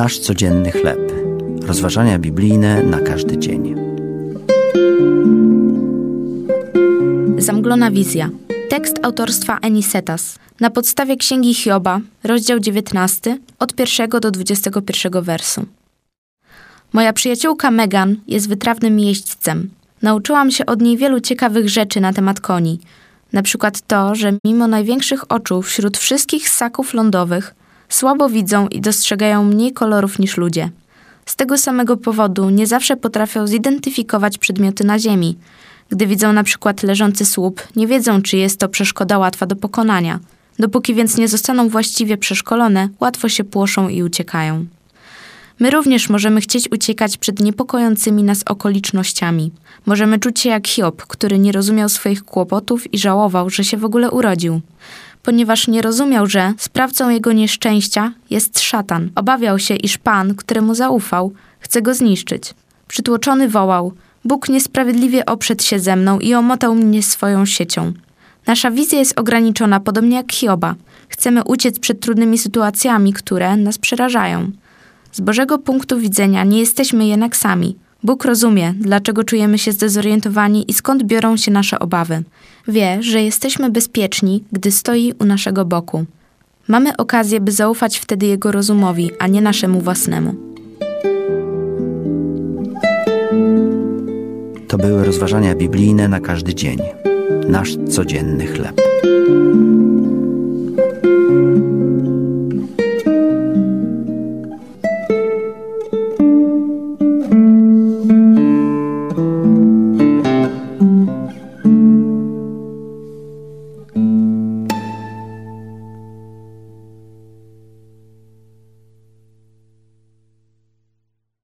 Nasz codzienny chleb. Rozważania biblijne na każdy dzień. Zamglona wizja. Tekst autorstwa Enisetas. Na podstawie Księgi Hioba, rozdział 19, od 1 do 21 wersu. Moja przyjaciółka Megan jest wytrawnym jeźdźcem. Nauczyłam się od niej wielu ciekawych rzeczy na temat koni. Na przykład to, że mimo największych oczu wśród wszystkich ssaków lądowych słabo widzą i dostrzegają mniej kolorów niż ludzie. Z tego samego powodu nie zawsze potrafią zidentyfikować przedmioty na ziemi. Gdy widzą na przykład leżący słup, nie wiedzą, czy jest to przeszkoda łatwa do pokonania. Dopóki więc nie zostaną właściwie przeszkolone, łatwo się płoszą i uciekają. My również możemy chcieć uciekać przed niepokojącymi nas okolicznościami. Możemy czuć się jak Hiob, który nie rozumiał swoich kłopotów i żałował, że się w ogóle urodził. Ponieważ nie rozumiał, że sprawcą jego nieszczęścia jest szatan. Obawiał się, iż Pan, któremu zaufał, chce go zniszczyć. Przytłoczony wołał: Bóg niesprawiedliwie oprzedł się ze mną i omotał mnie swoją siecią. Nasza wizja jest ograniczona, podobnie jak Hioba. Chcemy uciec przed trudnymi sytuacjami, które nas przerażają. Z Bożego punktu widzenia nie jesteśmy jednak sami. Bóg rozumie, dlaczego czujemy się zdezorientowani i skąd biorą się nasze obawy. Wie, że jesteśmy bezpieczni, gdy stoi u naszego boku. Mamy okazję, by zaufać wtedy Jego rozumowi, a nie naszemu własnemu. To były rozważania biblijne na każdy dzień. Nasz codzienny chleb.